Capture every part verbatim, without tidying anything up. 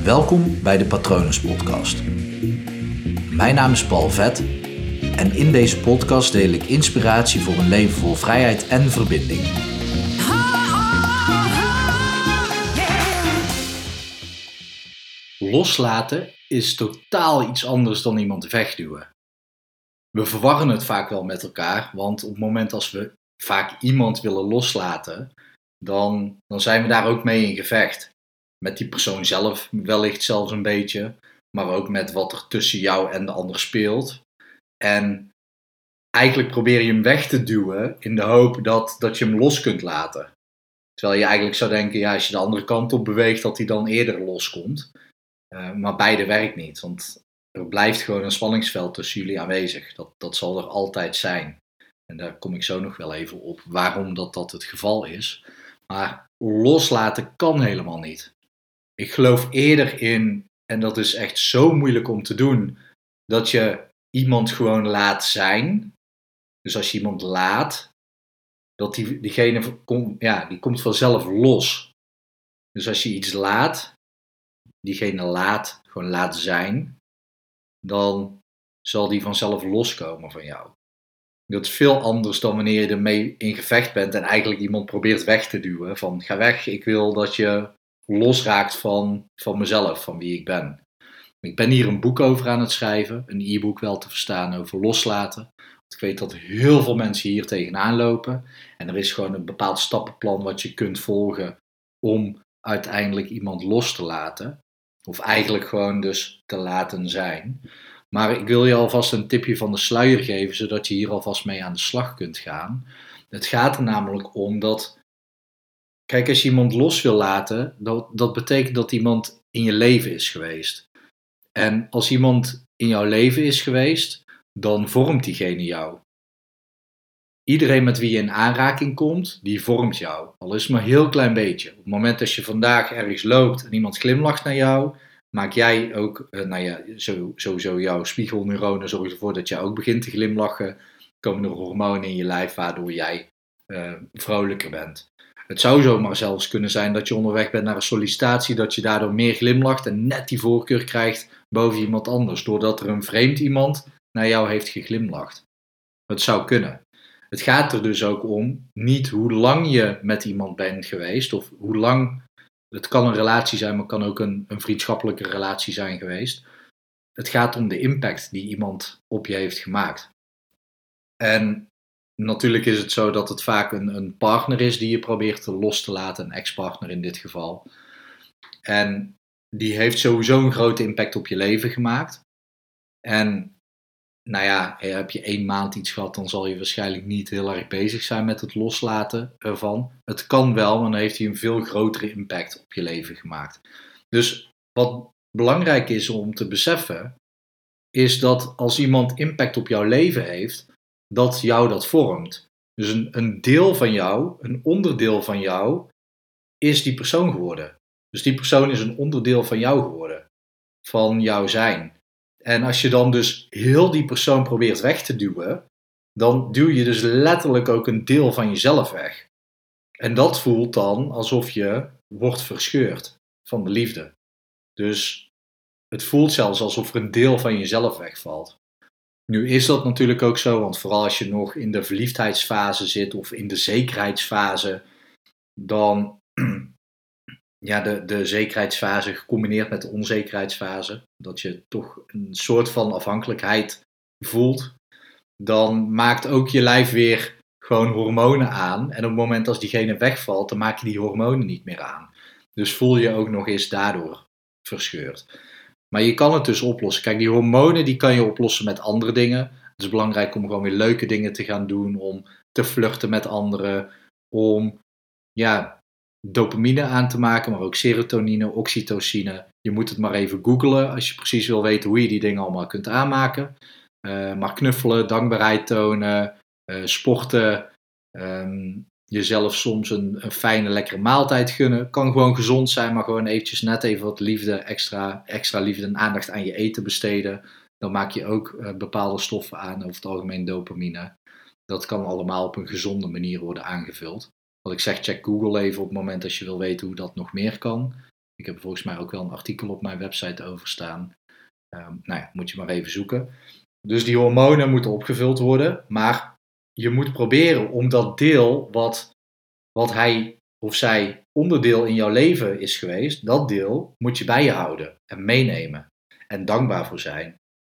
Welkom bij de Patronus Podcast. Mijn naam is Paul Vet en in deze podcast deel ik inspiratie voor een leven vol vrijheid en verbinding. Loslaten is totaal iets anders dan iemand wegduwen. We verwarren het vaak wel met elkaar, want op het moment als we vaak iemand willen loslaten, dan, dan zijn we daar ook mee in gevecht. Met die persoon zelf wellicht zelfs een beetje, maar ook met wat er tussen jou en de ander speelt. En eigenlijk probeer je hem weg te duwen in de hoop dat, dat je hem los kunt laten. Terwijl je eigenlijk zou denken, ja, als je de andere kant op beweegt, dat hij dan eerder loskomt. Uh, maar beide werkt niet, want er blijft gewoon een spanningsveld tussen jullie aanwezig. Dat, dat zal er altijd zijn. En daar kom ik zo nog wel even op waarom dat, dat het geval is. Maar loslaten kan helemaal niet. Ik geloof eerder in, en dat is echt zo moeilijk om te doen, dat je iemand gewoon laat zijn. Dus als je iemand laat, dat die, diegene kom, ja, die komt vanzelf los. Dus als je iets laat, diegene laat, gewoon laat zijn, dan zal die vanzelf loskomen van jou. Dat is veel anders dan wanneer je ermee in gevecht bent en eigenlijk iemand probeert weg te duwen. Van ga weg, ik wil dat je losraakt van, van mezelf, van wie ik ben. Ik ben hier een boek over aan het schrijven, een e-book wel te verstaan over loslaten. Want ik weet dat heel veel mensen hier tegenaan lopen. En er is gewoon een bepaald stappenplan wat je kunt volgen om uiteindelijk iemand los te laten. Of eigenlijk gewoon dus te laten zijn. Maar ik wil je alvast een tipje van de sluier geven, zodat je hier alvast mee aan de slag kunt gaan. Het gaat er namelijk om dat, kijk, als je iemand los wil laten, dat, dat betekent dat iemand in je leven is geweest. En als iemand in jouw leven is geweest, dan vormt diegene jou. Iedereen met wie je in aanraking komt, die vormt jou. Al is het maar een heel klein beetje. Op het moment dat je vandaag ergens loopt en iemand glimlacht naar jou, maak jij ook, uh, nou ja, zo, sowieso jouw spiegelneuronen zorgen ervoor dat jij ook begint te glimlachen. Komen er hormonen in je lijf waardoor jij uh, vrolijker bent. Het zou zomaar zelfs kunnen zijn dat je onderweg bent naar een sollicitatie, dat je daardoor meer glimlacht en net die voorkeur krijgt boven iemand anders, doordat er een vreemd iemand naar jou heeft geglimlacht. Het zou kunnen. Het gaat er dus ook om, niet hoe lang je met iemand bent geweest, of hoe lang, het kan een relatie zijn, maar het kan ook een, een vriendschappelijke relatie zijn geweest. Het gaat om de impact die iemand op je heeft gemaakt. En natuurlijk is het zo dat het vaak een, een partner is die je probeert te los te laten, een ex-partner in dit geval. En die heeft sowieso een grote impact op je leven gemaakt. En nou ja, heb je één maand iets gehad, dan zal je waarschijnlijk niet heel erg bezig zijn met het loslaten ervan. Het kan wel, maar dan heeft hij een veel grotere impact op je leven gemaakt. Dus wat belangrijk is om te beseffen, is dat als iemand impact op jouw leven heeft, dat jou dat vormt. Dus een, een deel van jou, een onderdeel van jou, is die persoon geworden. Dus die persoon is een onderdeel van jou geworden. Van jouw zijn. En als je dan dus heel die persoon probeert weg te duwen, dan duw je dus letterlijk ook een deel van jezelf weg. En dat voelt dan alsof je wordt verscheurd van de liefde. Dus het voelt zelfs alsof er een deel van jezelf wegvalt. Nu is dat natuurlijk ook zo, want vooral als je nog in de verliefdheidsfase zit of in de zekerheidsfase, dan ja, de, de zekerheidsfase gecombineerd met de onzekerheidsfase, dat je toch een soort van afhankelijkheid voelt, dan maakt ook je lijf weer gewoon hormonen aan. En op het moment als diegene wegvalt, dan maak je die hormonen niet meer aan. Dus voel je ook nog eens daardoor verscheurd. Maar je kan het dus oplossen. Kijk, die hormonen die kan je oplossen met andere dingen. Het is belangrijk om gewoon weer leuke dingen te gaan doen, om te flirten met anderen, om ja, dopamine aan te maken, maar ook serotonine, oxytocine. Je moet het maar even googlen als je precies wil weten hoe je die dingen allemaal kunt aanmaken. Uh, maar knuffelen, dankbaarheid tonen, uh, sporten, um, jezelf soms een, een fijne, lekkere maaltijd gunnen. Kan gewoon gezond zijn, maar gewoon eventjes net even wat liefde, extra, extra liefde en aandacht aan je eten besteden. Dan maak je ook uh, bepaalde stoffen aan, over het algemeen dopamine. Dat kan allemaal op een gezonde manier worden aangevuld. Wat ik zeg, check Google even op het moment als je wil weten hoe dat nog meer kan. Ik heb er volgens mij ook wel een artikel op mijn website over staan. Um, nou ja, moet je maar even zoeken. Dus die hormonen moeten opgevuld worden, maar je moet proberen om dat deel wat, wat hij of zij onderdeel in jouw leven is geweest, dat deel moet je bij je houden en meenemen en dankbaar voor zijn.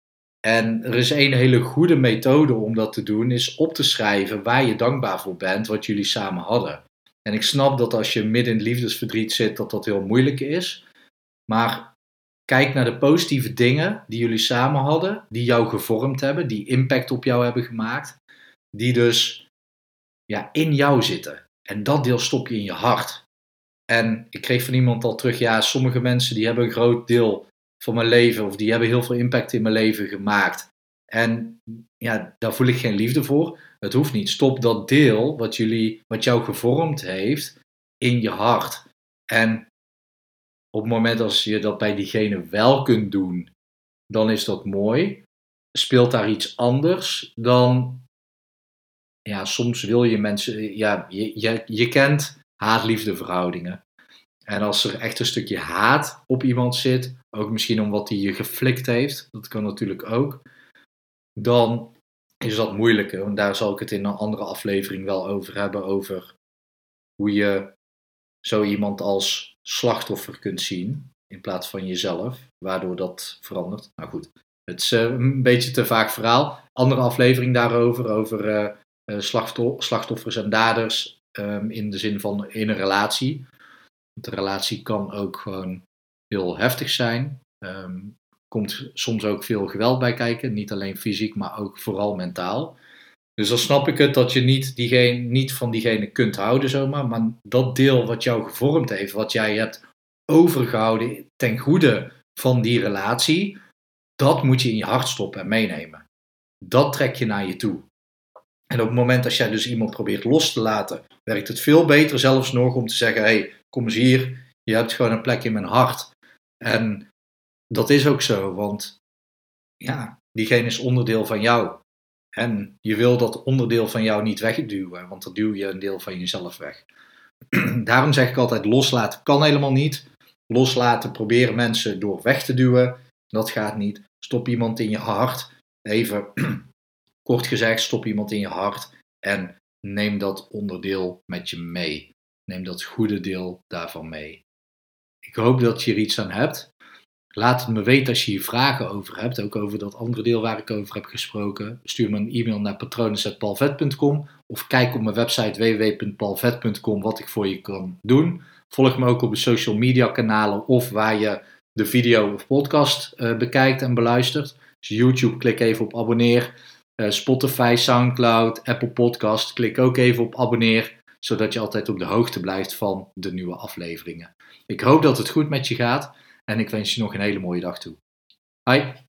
En er is een hele goede methode om dat te doen, is op te schrijven waar je dankbaar voor bent, wat jullie samen hadden. En ik snap dat als je midden in liefdesverdriet zit, dat dat heel moeilijk is. Maar kijk naar de positieve dingen die jullie samen hadden, die jou gevormd hebben, die impact op jou hebben gemaakt, die dus ja, in jou zitten. En dat deel stop je in je hart. En ik kreeg van iemand al terug, ja, sommige mensen die hebben een groot deel van mijn leven, of die hebben heel veel impact in mijn leven gemaakt. En ja, daar voel ik geen liefde voor. Het hoeft niet. Stop dat deel wat, jullie, wat jou gevormd heeft in je hart. En op het moment als je dat bij diegene wel kunt doen, dan is dat mooi. Speelt daar iets anders, dan ja, soms wil je mensen, ja, je, je, je kent haat-liefde verhoudingen. En als er echt een stukje haat op iemand zit, ook misschien om wat hij je geflikt heeft, dat kan natuurlijk ook, dan is dat moeilijker. En daar zal ik het in een andere aflevering wel over hebben, over hoe je zo iemand als slachtoffer kunt zien, in plaats van jezelf, waardoor dat verandert. Nou goed, het is uh, een beetje te vaak verhaal. Andere aflevering daarover, over uh, uh, slachtoffer, slachtoffers en daders, um, in de zin van in een relatie. De relatie kan ook gewoon heel heftig zijn. Um, komt soms ook veel geweld bij kijken. Niet alleen fysiek, maar ook vooral mentaal. Dus dan snap ik het dat je niet, diegene, niet van diegene kunt houden zomaar. Maar dat deel wat jou gevormd heeft, wat jij hebt overgehouden ten goede van die relatie, dat moet je in je hart stoppen en meenemen. Dat trek je naar je toe. En op het moment dat jij dus iemand probeert los te laten, werkt het veel beter zelfs nog om te zeggen, hé, hey, kom eens hier, je hebt gewoon een plek in mijn hart. En dat is ook zo, want ja, diegene is onderdeel van jou. En je wil dat onderdeel van jou niet wegduwen, want dan duw je een deel van jezelf weg. Daarom zeg ik altijd, loslaten kan helemaal niet. Loslaten proberen mensen door weg te duwen, dat gaat niet. Stop iemand in je hart, even kort gezegd, stop iemand in je hart en neem dat onderdeel met je mee. Neem dat goede deel daarvan mee. Ik hoop dat je er iets aan hebt. Laat het me weten als je hier vragen over hebt, ook over dat andere deel waar ik over heb gesproken. Stuur me een e-mail naar patronen apenstaartje paul vet punt com of kijk op mijn website w w w punt paul vet punt com wat ik voor je kan doen. Volg me ook op de social media kanalen of waar je de video of podcast uh, bekijkt en beluistert. Dus YouTube, klik even op abonneer. Uh, Spotify, Soundcloud, Apple Podcast, klik ook even op abonneer, zodat je altijd op de hoogte blijft van de nieuwe afleveringen. Ik hoop dat het goed met je gaat en ik wens je nog een hele mooie dag toe. Hoi!